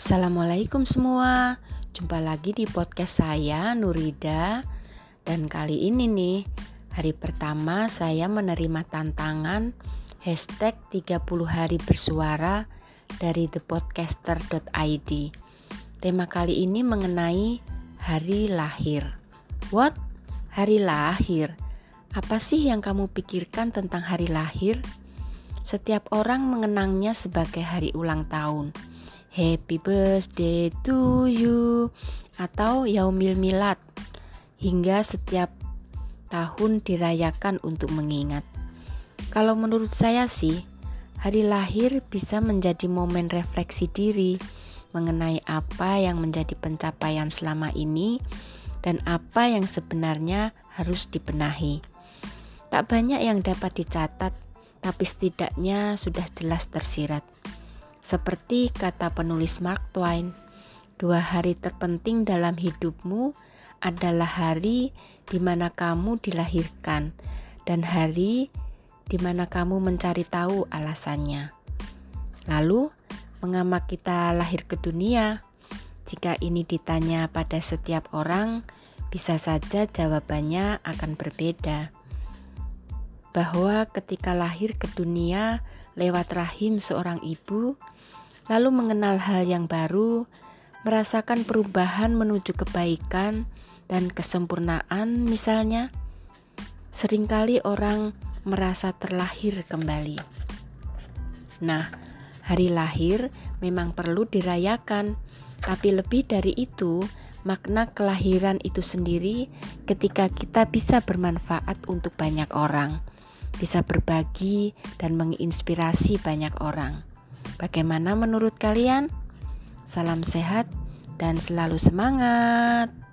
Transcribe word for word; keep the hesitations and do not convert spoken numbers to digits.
Assalamualaikum semua. Jumpa lagi di podcast saya, Nurida. Dan kali ini nih, hari pertama saya menerima tantangan hashtag tiga puluh hari bersuara dari the podcaster dot i d. Tema kali ini mengenai hari lahir. What? Hari lahir? Apa sih yang kamu pikirkan tentang hari lahir? Setiap orang mengenangnya sebagai hari ulang tahun. Happy birthday to you atau Yaumil Milad, hingga setiap tahun dirayakan untuk mengingat. Kalau menurut saya sih, hari lahir bisa menjadi momen refleksi diri mengenai apa yang menjadi pencapaian selama ini dan apa yang sebenarnya harus dibenahi. Tak banyak yang dapat dicatat, tapi setidaknya sudah jelas tersirat. Seperti kata penulis Mark Twain, dua hari terpenting dalam hidupmu adalah hari di mana kamu dilahirkan dan hari di mana kamu mencari tahu alasannya. Lalu, mengapa kita lahir ke dunia? Jika ini ditanya pada setiap orang, bisa saja jawabannya akan berbeda. Bahwa ketika lahir ke dunia lewat rahim seorang ibu, lalu mengenal hal yang baru, merasakan perubahan menuju kebaikan dan kesempurnaan misalnya, seringkali orang merasa terlahir kembali. Nah, hari lahir memang perlu dirayakan, tapi lebih dari itu, makna kelahiran itu sendiri ketika kita bisa bermanfaat untuk banyak orang, bisa berbagi dan menginspirasi banyak orang. Bagaimana menurut kalian? Salam sehat dan selalu semangat.